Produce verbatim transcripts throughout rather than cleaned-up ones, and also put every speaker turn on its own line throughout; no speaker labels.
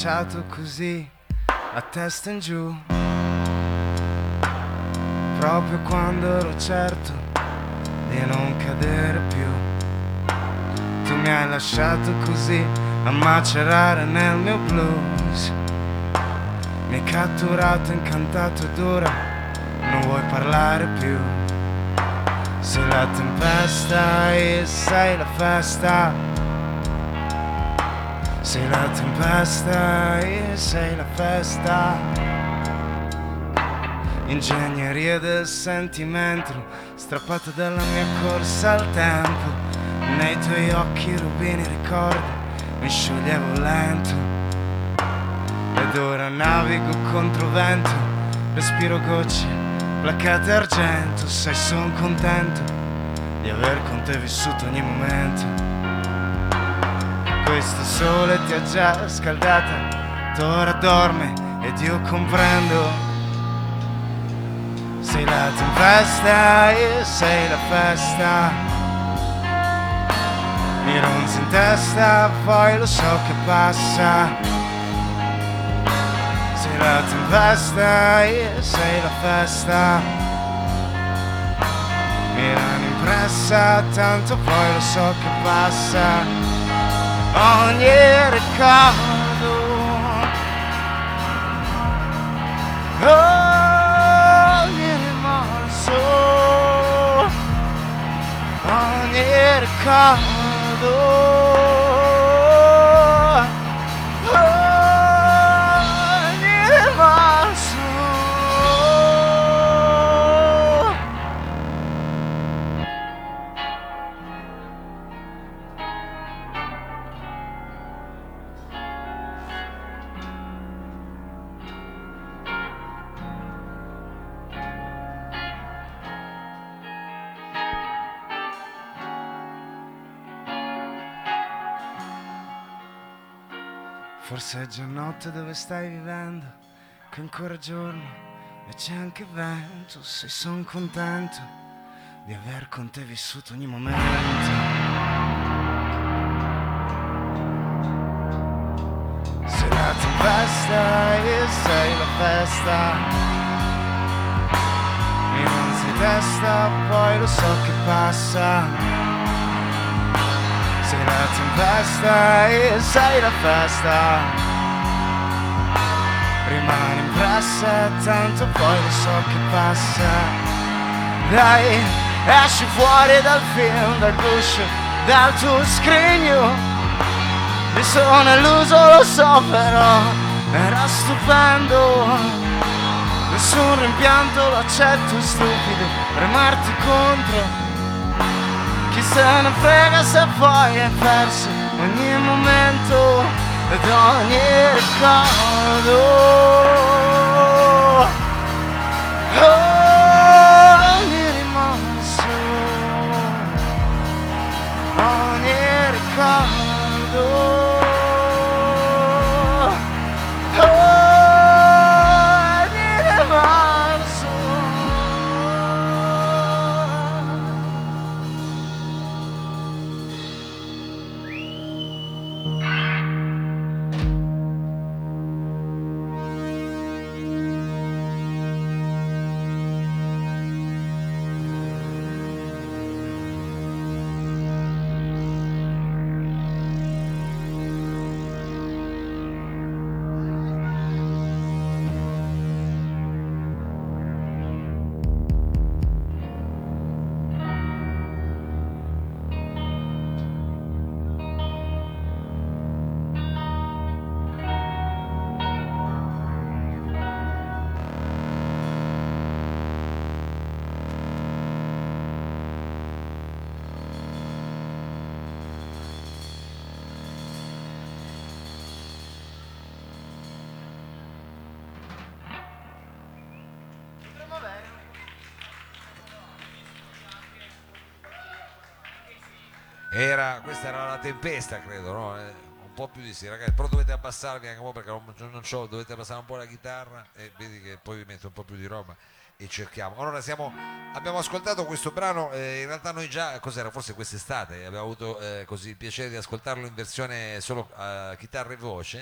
lasciato così a testa in giù, proprio quando ero certo di non cadere più. Tu mi hai lasciato così a macerare nel mio blues, mi hai catturato, incantato ed ora non vuoi parlare più. Sei la tempesta e sei la festa, sei la tempesta e sei la festa. Ingegneria del sentimento, strappata dalla mia corsa al tempo. Nei tuoi occhi rubini ricordi, mi scioglievo lento. Ed ora navigo contro vento, respiro gocce, placate argento. Sai, son contento di aver con te vissuto ogni momento. Questo sole ti ha già scaldata, t'ora dorme ed io comprendo. Sei la tempesta e sei la festa, mi ronzi in testa, poi lo so che passa. Sei la tempesta e sei la festa, mi rimane impressa, tanto poi lo so che passa. Ogni ricordo, ogni rimorso, ogni ricordo, ogni rimorso. Forse è già notte dove stai vivendo, che è ancora giorno e c'è anche vento. Se son contento di aver con te vissuto ogni momento. Sei la tempesta e sei la festa, mi ronzi in testa, poi lo so che passa. Sei la tempesta e sei la festa, rimane impressa, tanto poi lo so che passa. Dai, esci fuori dal film, dal guscio, dal tuo scrigno. Mi sono illuso, lo so, però era stupendo. Nessun rimpianto, lo accetto, stupido, remarti contro. Chi se ne frega se poi è perso ogni momento ed ogni ricordo. Ogni rimorso, ogni ricordo, ogni rimorso.
Era, questa era la tempesta, credo, no? Eh, un po' più di sì, ragazzi, però dovete abbassarvi anche un po' perché non, non c'ho, dovete abbassare un po' la chitarra e vedi che poi vi metto un po' più di roba e cerchiamo. Allora siamo, abbiamo ascoltato questo brano, eh, in realtà noi già, cos'era, forse quest'estate, abbiamo avuto eh, così il piacere di ascoltarlo in versione solo eh, chitarra e voce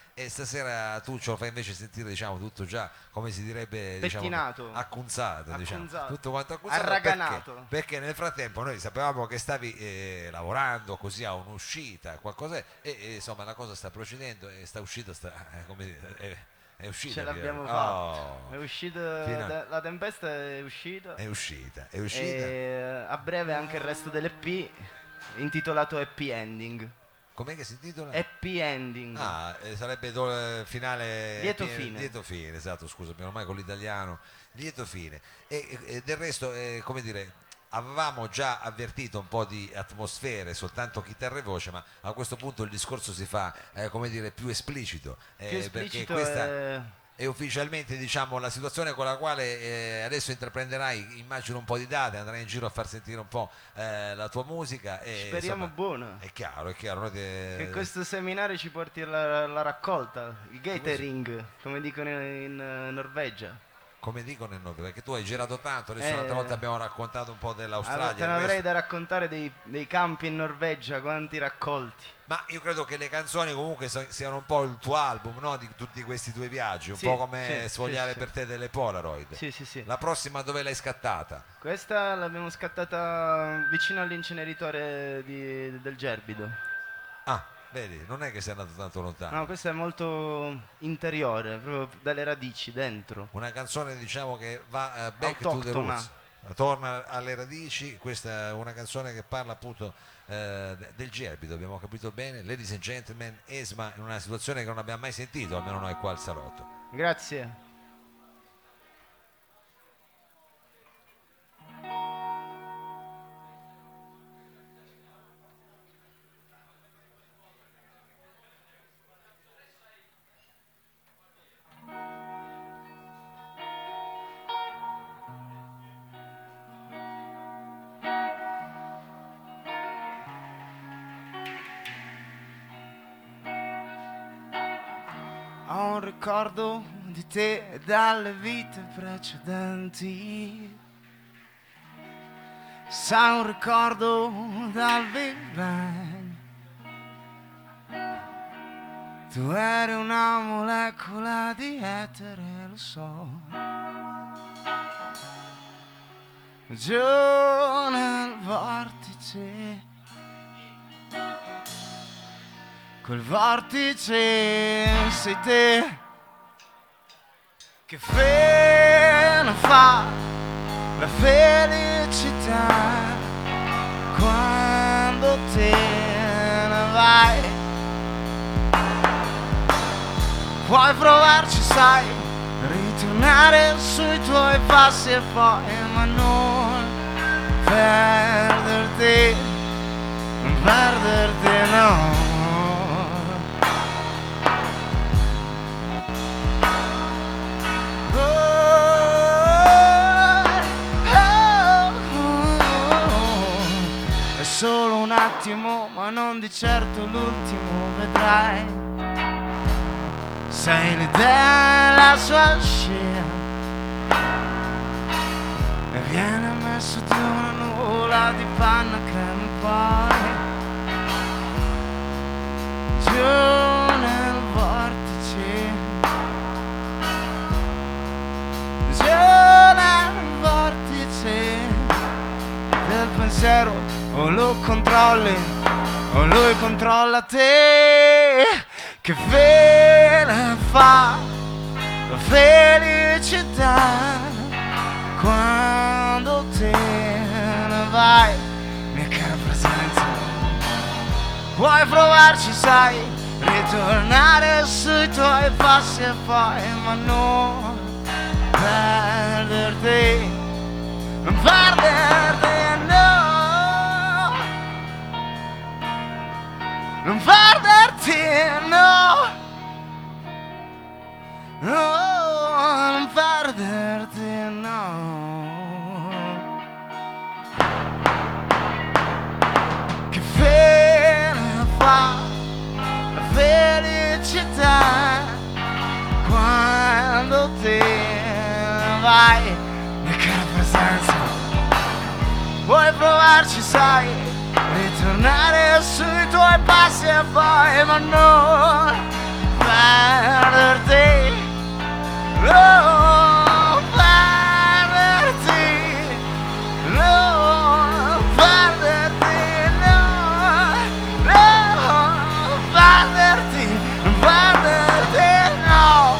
e stasera tu ce lo fai invece sentire, diciamo, tutto già, come si direbbe, diciamo,
Pettinato.
accunzato, diciamo,
Accunzato.
tutto quanto accunzato,
Arraganato.
perché, perché nel frattempo noi sapevamo che stavi eh, lavorando così a un'uscita, qualcosa, e, e insomma la cosa sta procedendo e sta uscita, sta, eh, come dire, è, è uscita.
Ce l'abbiamo
via.
fatta.
Oh,
È uscita,
Fino a-
da- la tempesta è uscita.
è uscita, è uscita.
E a breve anche il resto dell'E P intitolato Happy Ending.
Com'è che si intitola?
Happy Ending.
Ah, eh, sarebbe do- eh, finale
Lieto
fine-
fine.
lieto fine, esatto, scusami, ormai con l'italiano, lieto fine. E, e- e del resto, eh, come dire, avevamo già avvertito un po' di atmosfere, soltanto chitarra e voce, ma a questo punto il discorso si fa, eh, come dire, più esplicito, eh,
Più esplicito
perché questa
è...
è ufficialmente, diciamo, la situazione con la quale eh, adesso intraprenderai, immagino, un po' di date, andrai in giro a far sentire un po' eh, la tua musica e
Speriamo
insomma,
buona.
è chiaro, è chiaro, noi te-
Che questo seminario ci porti alla, alla raccolta, il catering, come dicono in, in, eh, Norvegia.
come dicono in Norvegia, perché tu hai girato tanto, adesso
Eh,
un'altra volta abbiamo raccontato un po'
Allora,
dell'Australia,
te ne
il
avrei
resto-
da raccontare dei, dei campi in Norvegia, quanti raccolti.
ma io credo che le canzoni comunque so- siano un po' il tuo album, no? Di tutti questi tuoi viaggi, un
Sì,
po' come
sì,
sfogliare
sì,
per
sì.
te delle Polaroid.
Sì, sì, sì.
La prossima dove l'hai scattata?
Questa l'abbiamo scattata vicino all'inceneritore di- del Gerbido.
Ah, vedi, non è che sei andato tanto lontano.
No, questa è molto interiore, proprio dalle radici, dentro.
Una canzone, diciamo, che va eh, back to the
Autoctona.
roots, torna alle radici. Questa è una canzone che parla appunto eh, del Gerbido, abbiamo capito bene. Ladies and gentlemen, Esma in una situazione che non abbiamo mai sentito, almeno noi qua al salotto.
Grazie. Ho un ricordo di te dalle vite precedenti. Sai, un ricordo dal Big Bang. Tu eri una molecola di etere, lo so. Giù nel vortice, quel vortice sei te. Che fine fa la felicità quando te ne vai? Puoi provarci, sai, ritornare sui tuoi passi e poi, ma non perderti, non perderti, no. È solo un attimo, ma non di certo l'ultimo, vedrai. Sei l'idea, la sua scia, e viene messo di una nuvola di panna che mi poi giù nel vortice, giù nel vortice del pensiero. O lo controlli o lui controlla te. Che fine fa la felicità quando te ne vai, mia cara presenza? Puoi provarci, sai, ritornare sui tuoi passi e poi, ma non perderti, non perderti, no. Non perderti, no, no, non perderti, no. Che fine fa la felicità quando te vai, mia cara presenza? Puoi provarci, sai, ritornare sui tuoi passi e poi, ma non perderti, non perderti, non perderti, no, non perderti, non perderti, no.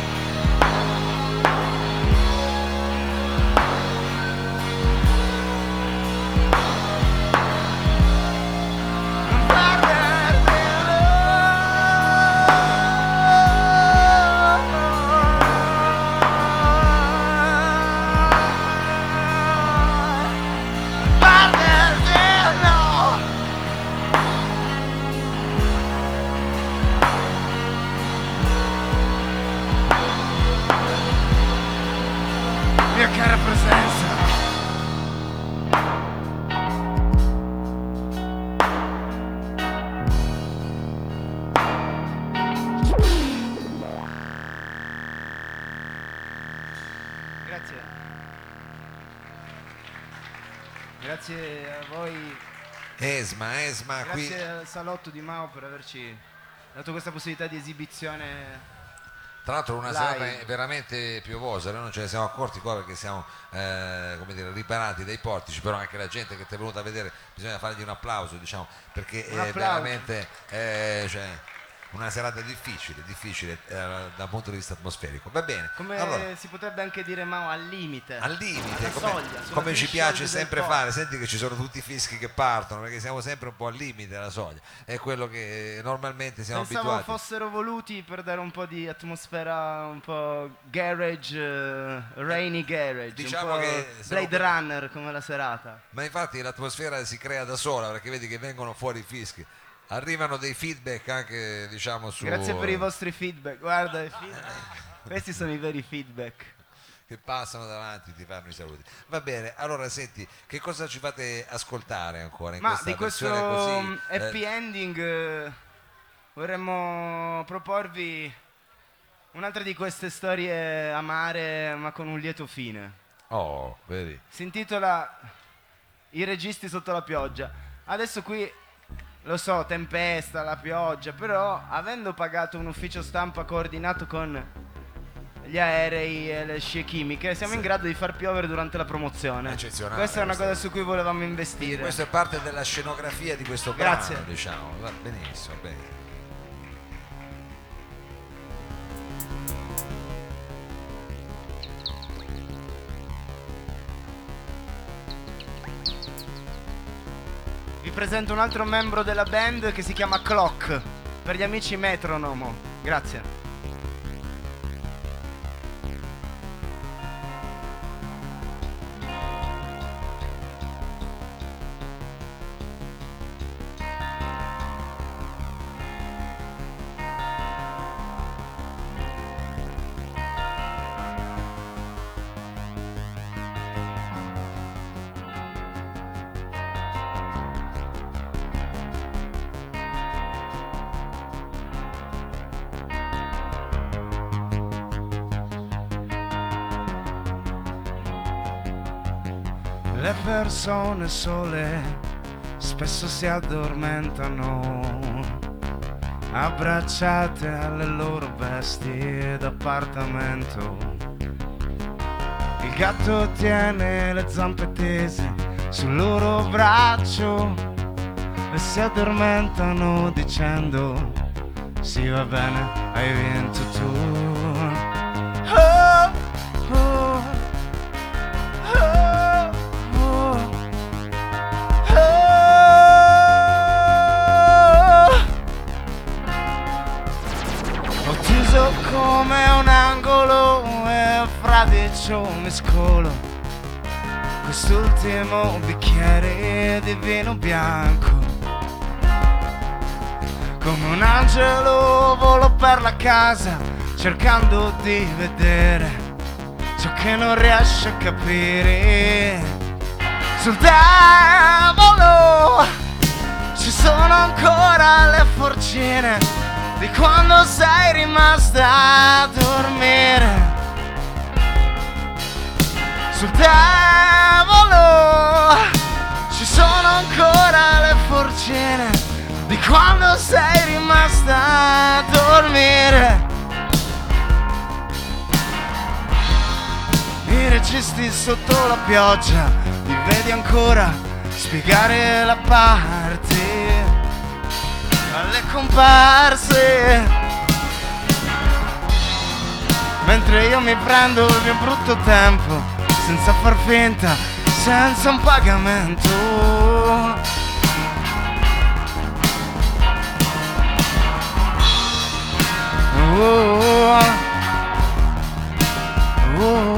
Mia cara presenza, grazie, grazie a voi,
Esma, Esma, qui
grazie al salotto di Mao per averci dato questa possibilità di esibizione.
tra l'altro una
Live.
serata veramente piovosa, noi non ce ne siamo accorti qua perché siamo eh, come dire, riparati dai portici, però anche la gente che ti è venuta a vedere bisogna fargli un applauso, diciamo, perché
Un
è
applauso.
veramente eh, cioè, una serata difficile, difficile eh, dal punto di vista atmosferico. Va bene,
Come
allora,
si potrebbe anche dire Mao, al limite.
al limite,
alla
come,
soglia, sulla
come ci
threshold
piace
del
sempre
porto.
fare, senti che ci sono tutti i fischi che partono, perché siamo sempre un po' al limite della soglia, è quello che normalmente siamo
Pensavo
abituati.
fossero voluti per dare un po' di atmosfera, un po' garage, eh, rainy garage,
Diciamo
un po'
che
Blade
siamo-
Runner come la serata.
Ma infatti l'atmosfera si crea da sola, perché vedi che vengono fuori i fischi. Arrivano dei feedback anche, diciamo, su
Grazie per i vostri feedback, guarda, i feedback. Questi sono i veri feedback.
che passano davanti, ti fanno i saluti. Va bene, allora senti, che cosa ci fate ascoltare ancora in
Ma
questa
di questo
versione così?
mm, happy
eh,
ending eh, vorremmo proporvi un'altra di queste storie amare ma con un lieto fine.
oh, vedi?
Si intitola I registi sotto la pioggia. Adesso qui lo so, tempesta, la pioggia, però avendo pagato un ufficio stampa coordinato con gli aerei e le scie chimiche, siamo
Sì.
in grado di far piovere durante la promozione.
Eccezionale
Questa è una
questa.
cosa su cui volevamo investire.
Questo è parte della scenografia di questo brano,
Grazie.
diciamo. Va benissimo, bene.
Vi presento un altro membro della band che si chiama Clock, per gli amici Metronomo. Grazie. Le persone sole spesso si addormentano, abbracciate alle loro bestie d'appartamento. Il gatto tiene le zampe tese sul loro braccio e si addormentano dicendo: sì, va bene, hai vinto tu. Oh, oh, oh, oh, oh. Ho chiuso come un angolo e fradicio mi scolo quest'ultimo bicchiere di vino bianco. Come un angelo volo per la casa cercando di vedere ciò che non riesce a capire. Sul tavolo ci sono ancora le forcine di quando sei rimasta a dormire. Sul tavolo ci sono ancora le forcine di quando sei rimasta a dormire. dormire. I registi sotto la pioggia, li vedi ancora spiegare la parte alle comparse, mentre io mi prendo il mio brutto tempo senza far finta, senza un pagamento. Oh, oh, oh.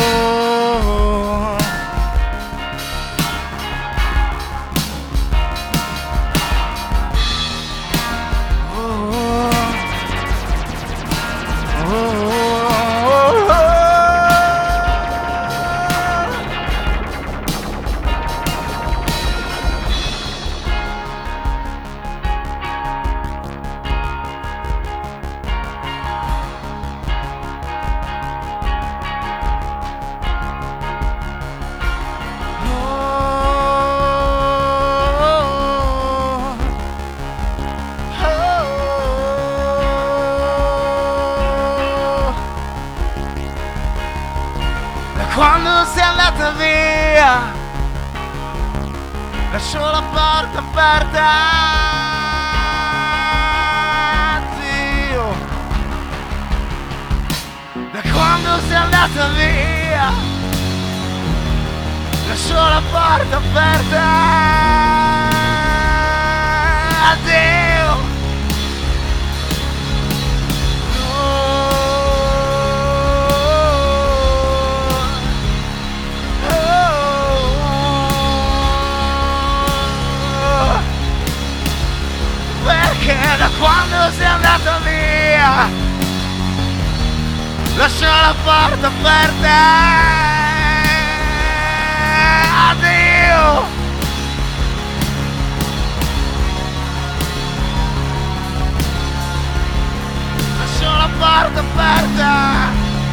Quando sei andata via, lascio la porta aperta. Dio. Da quando sei andata via, lascio la porta aperta. Addio. Perché da quando sei andata via, lascio la porta aperta. Addio. Lascio la porta aperta.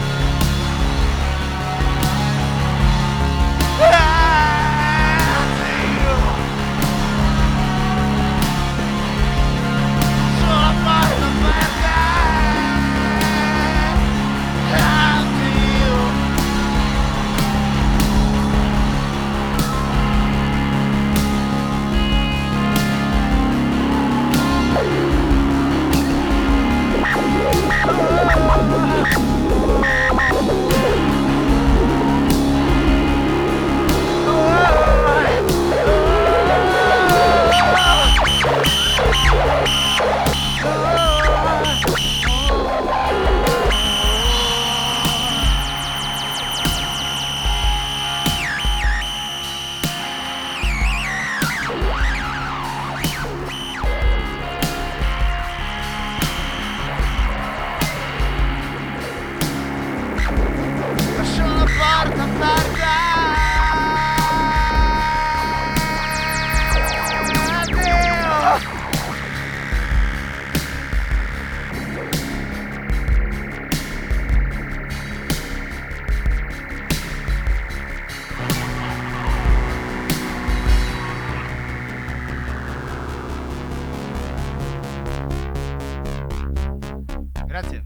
Grazie.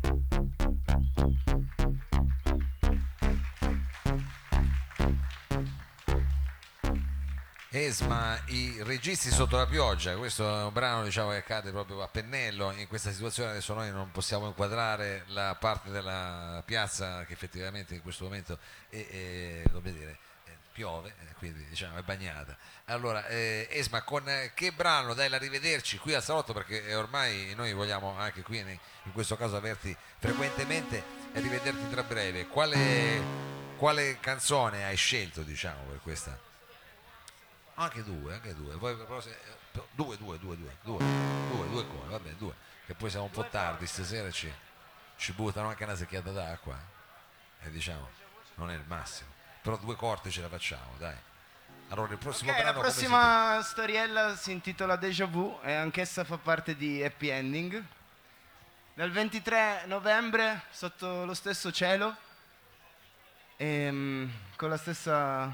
Esma, i registi sotto la pioggia, questo è un brano, diciamo, che accade proprio a pennello in questa situazione. Adesso noi non possiamo inquadrare la parte della piazza che effettivamente in questo momento è, è, come dire, è, piove, quindi diciamo è bagnata. Allora, eh, Esma, con eh, che brano dai l'arrivederci qui al salotto, perché ormai noi vogliamo anche qui in, in questo caso averti frequentemente e rivederti tra breve. Quale, quale canzone hai scelto, diciamo, per questa? Anche due, anche due, poi, però se, due, due, due, due, due, due, due come, va bene, due, che poi siamo un po' tardi stasera, ci, ci buttano anche una secchiata d'acqua e diciamo non è il massimo, però due corte ce la facciamo, dai. Allora il prossimo
Okay,
brano,
la prossima storiella si intitola Déjà Vu e anch'essa fa parte di Happy Ending. Dal ventitré novembre sotto lo stesso cielo e um, con la stessa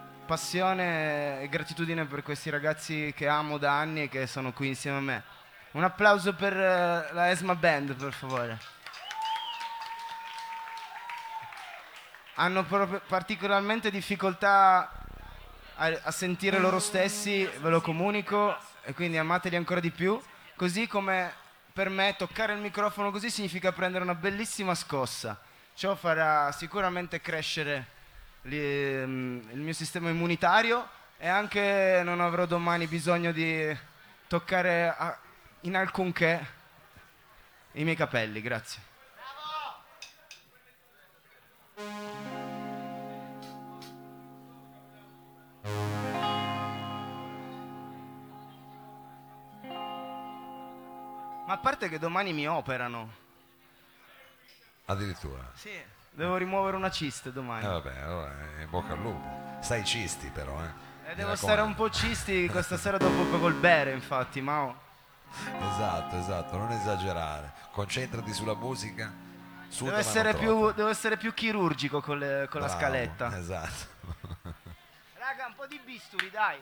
passione e gratitudine per questi ragazzi che amo da anni e che sono qui insieme a me. Un applauso per uh, la Esma Band, per favore. Hanno proprio particolarmente difficoltà a, a sentire loro stessi, ve lo comunico, e quindi amateli ancora di più. Così come per me toccare il microfono così significa prendere una bellissima scossa. Ciò farà sicuramente crescere li, um, il mio sistema immunitario, e anche non avrò domani bisogno di toccare a, in alcunché i miei capelli. Grazie. Ma a parte che domani mi operano.
Addirittura?
Sì, devo rimuovere una cista domani.
Eh vabbè, allora in bocca al lupo. Stai cisti però, eh.
Eh, devo stare un po' cisti questa sera dopo col bere, infatti, Mao.
Esatto, esatto, non esagerare. Concentrati sulla musica.
Devo essere, più, devo essere più chirurgico con, le, con la scaletta.
Esatto.
Raga, un po' di bisturi, dai.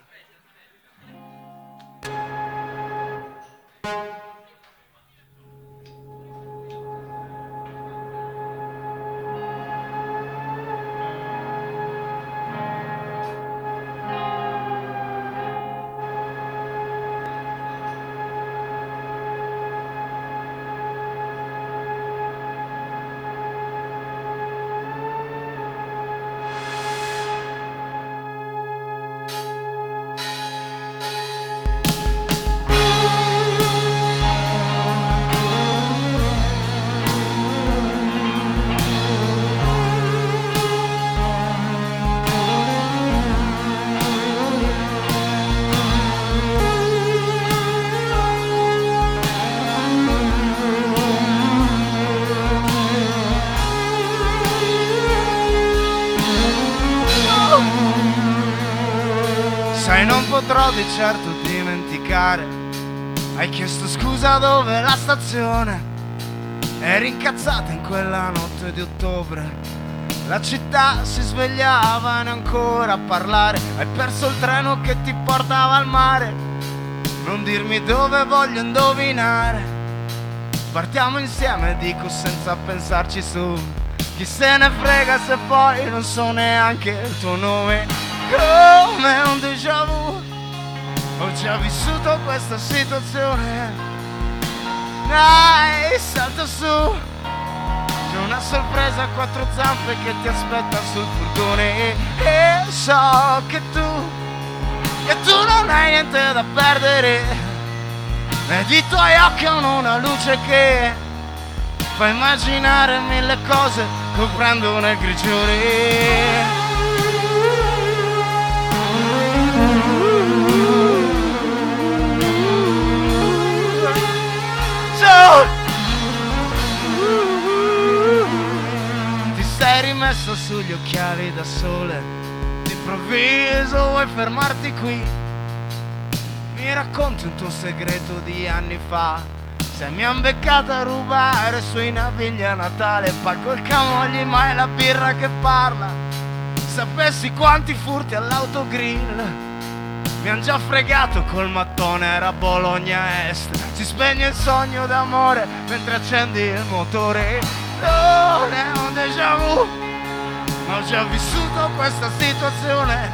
Sai, non potrò di certo dimenticare. Hai chiesto scusa dove la stazione. Eri incazzata in quella notte di ottobre. La città si svegliava e non ancora a parlare. Hai perso il treno che ti portava al mare. Non dirmi dove, voglio indovinare. Partiamo insieme, dico senza pensarci su. Chi se ne frega se poi non so neanche il tuo nome. Come un déjà vu, ho già vissuto questa situazione. Dai, salta su, c'è una sorpresa a quattro zampe che ti aspetta sul furgone. E so che tu, che tu non hai niente da perdere. Ed i tuoi occhi hanno una luce che fa immaginare mille cose coprendo nel grigiore. Ti sei rimesso sugli occhiali da sole. D'improvviso vuoi fermarti qui. Mi racconti un tuo segreto di anni fa. Se mi han beccata a rubare sui navigli a Natale. Pago il camogli ma è la birra che parla. Sapessi quanti furti all'autogrill. Mi han già fregato col mattone, era Bologna Est. Si spegne il sogno d'amore mentre accendi il motore. Non è un déjà vu, ma ho già vissuto questa situazione.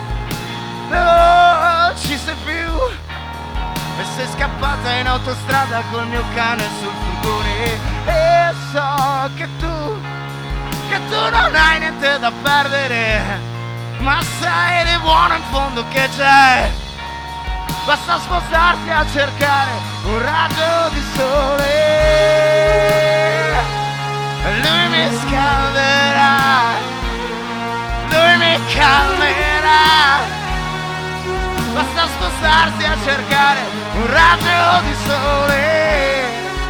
Non ci sei più e sei scappata in autostrada col mio cane sul furgone. E so che tu, che tu non hai niente da perdere. Ma sai di buono in fondo che c'è. Basta spostarsi a cercare un raggio di sole. Lui mi scalderà, lui mi calmerà. Basta spostarsi a cercare un raggio di sole.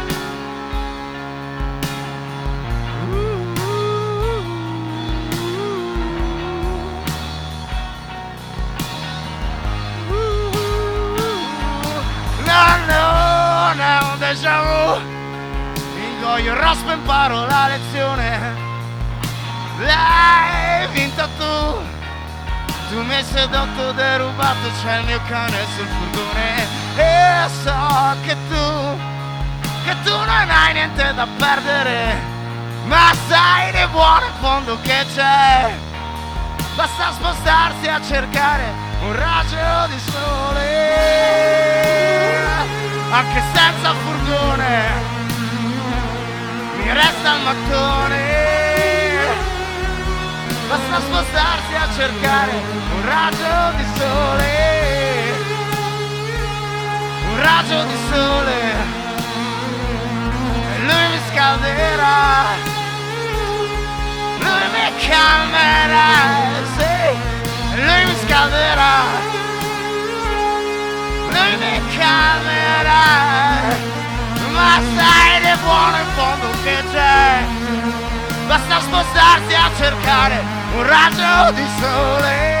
Non è un déjà vu. Ingoio il rospo, imparo la lezione. L'hai vinta tu. Tu mi hai sedotto, derubato, c'è il mio cane sul furgone. E so che tu, che tu non hai niente da perdere, ma sai di buono in fondo che c'è. Basta spostarsi a cercare un raggio di sole. Anche senza furgone mi resta il mattone. Basta spostarsi a cercare un raggio di sole. Un raggio di sole. E lui mi scalderà. Lui mi calmerà. Sì, e lui mi scalderà. Lui mi calmerà. Ma sai di buono in fondo che c'è. Basta spostarsi a cercare un raggio di sole.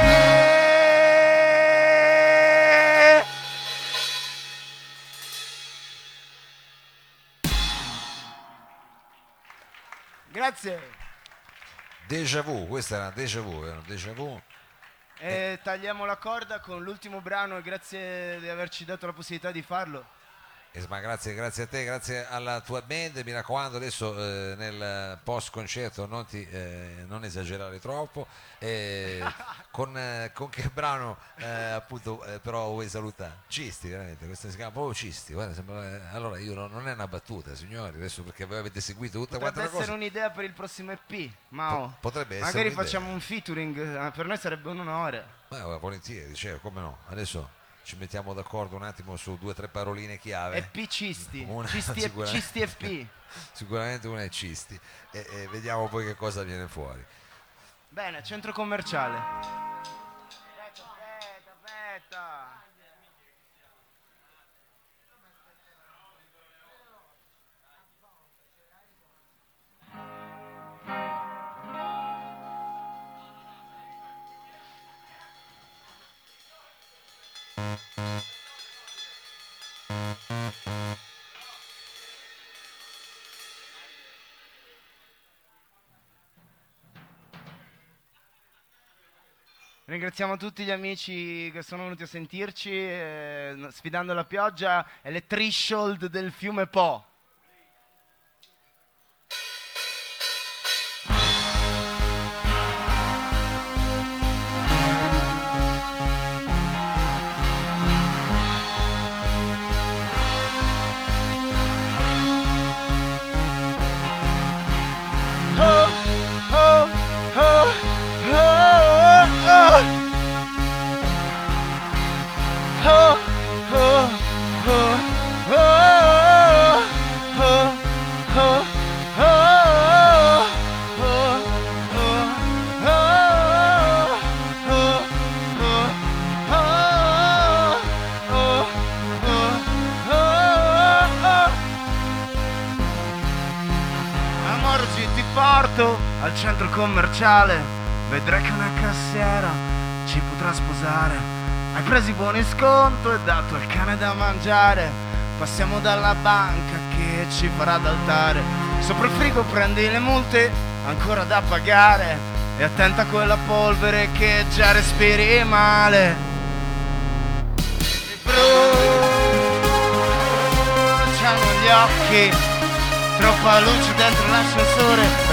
Grazie.
Déjà vu, questa era déjà vu, era un déjà vu.
E tagliamo la corda con l'ultimo brano e grazie di averci dato la possibilità di farlo.
Esma, grazie, grazie a te, grazie alla tua band. Mi raccomando, adesso eh, nel post concerto non, ti, eh, non esagerare troppo. Eh, con, eh, con che brano eh, appunto eh, però vuoi salutare? Cisti, veramente, questa si chiama proprio Cisti. Guarda, sembra, eh, allora io non, non è una battuta, signori, adesso perché voi avete seguito tutta quanta
Potrebbe
la
essere
cosa.
un'idea per il prossimo E P, Mao.
Po- potrebbe essere
Magari
un'idea.
facciamo un featuring, eh, per noi sarebbe un onore.
Ma volentieri, cioè, come no? Adesso ci mettiamo d'accordo un attimo su due o tre paroline chiave.
E P Cisti,
Una,
Cisti, e,
sicuramente.
Cisti F P.
Sicuramente una è Cisti e, e vediamo poi che cosa viene fuori.
Bene, centro commerciale. Aspetta, aspetta, aspetta. Ringraziamo tutti gli amici che sono venuti a sentirci, eh, sfidando la pioggia e le threshold del fiume Po. Oh, oh, oh, oh, oh. Oh, oh, oh, oh, oh, oh, Amore, oggi ti porto al centro commerciale, vedrai che una cassiera ci potrà sposare. Hai preso i buoni sconto e dato al cane da mangiare. Passiamo dalla banca che ci farà d'altare. Sopra il frigo prendi le multe ancora da pagare. E attenta a quella polvere che già respiri male. Mi bruciano gli occhi, troppa luce dentro l'ascensore. Fai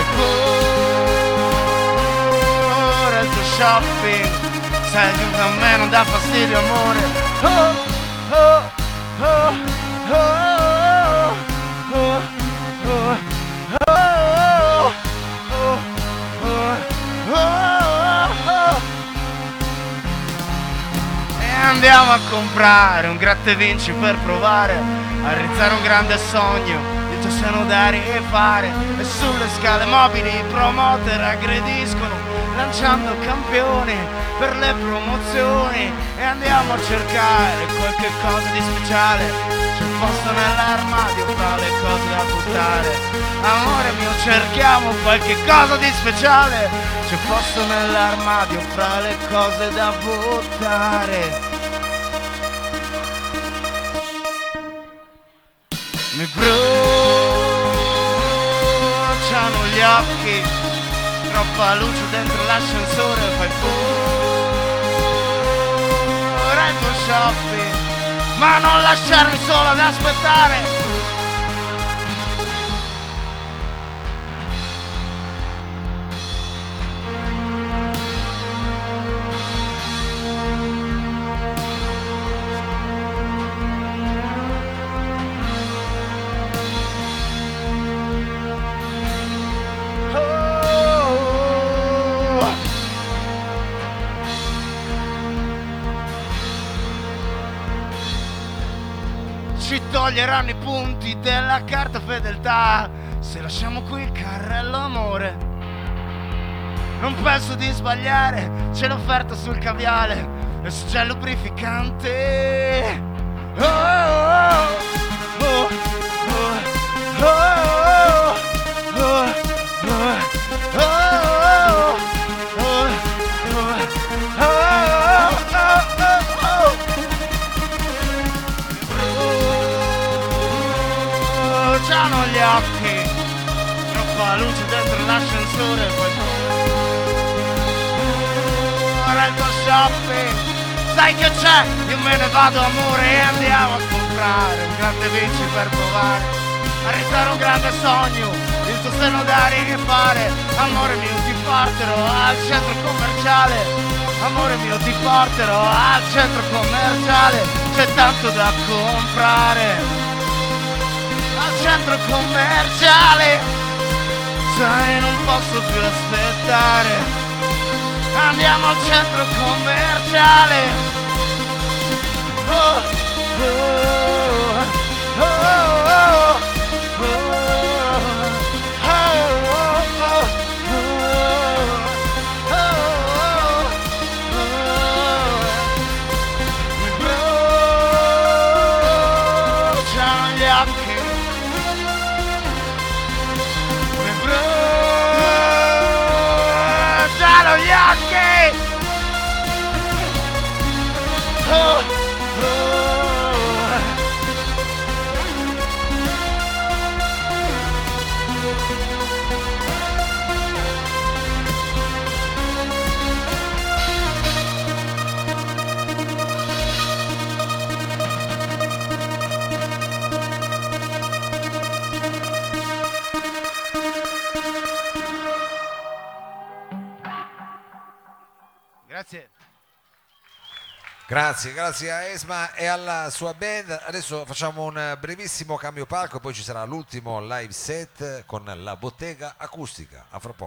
pure il tuo shopping, sai che a me non dà fastidio, amore. Oh, oh, oh, oh, oh, oh, oh, oh, oh. E andiamo a comprare un gratta e vinci per provare a realizzare un grande sogno. Il tuo seno da rifare. E sulle scale mobili i promoter aggrediscono, lanciando campioni per le promozioni. E andiamo a cercare qualche cosa di speciale. C'è un posto nell'armadio fra le cose da buttare. Amore mio, cerchiamo qualche cosa di speciale. C'è un posto nell'armadio fra le cose da buttare. Mi bruciano gli occhi, troppa luce dentro l'ascensore. Fai pure fai il tuo shopping, ma non lasciarmi solo ad aspettare. Ci toglieranno i punti della carta fedeltà se lasciamo qui il carrello amore. Non penso di sbagliare, c'è l'offerta sul caviale e c'è il lubrificante. Oh, oh, oh, oh, oh, oh, oh, oh, oh. Bruciano gli occhi, troppa luce dentro l'ascensore, poi ora il tuo shopping, sai che c'è? Io me ne vado amore e andiamo a comprare un grande bici per provare a ritare un grande sogno, il tuo seno da rifare. Amore mio ti porterò al centro commerciale, amore mio ti porterò al centro commerciale, c'è tanto da comprare al centro commerciale, sai non posso più aspettare, andiamo al centro commerciale. Oh, oh, oh, oh, gli occhi. Oh, oh. Grazie.
Grazie, grazie a Esma e alla sua band. Adesso facciamo un brevissimo cambio palco, poi ci sarà l'ultimo live set con la bottega acustica. A fra poco.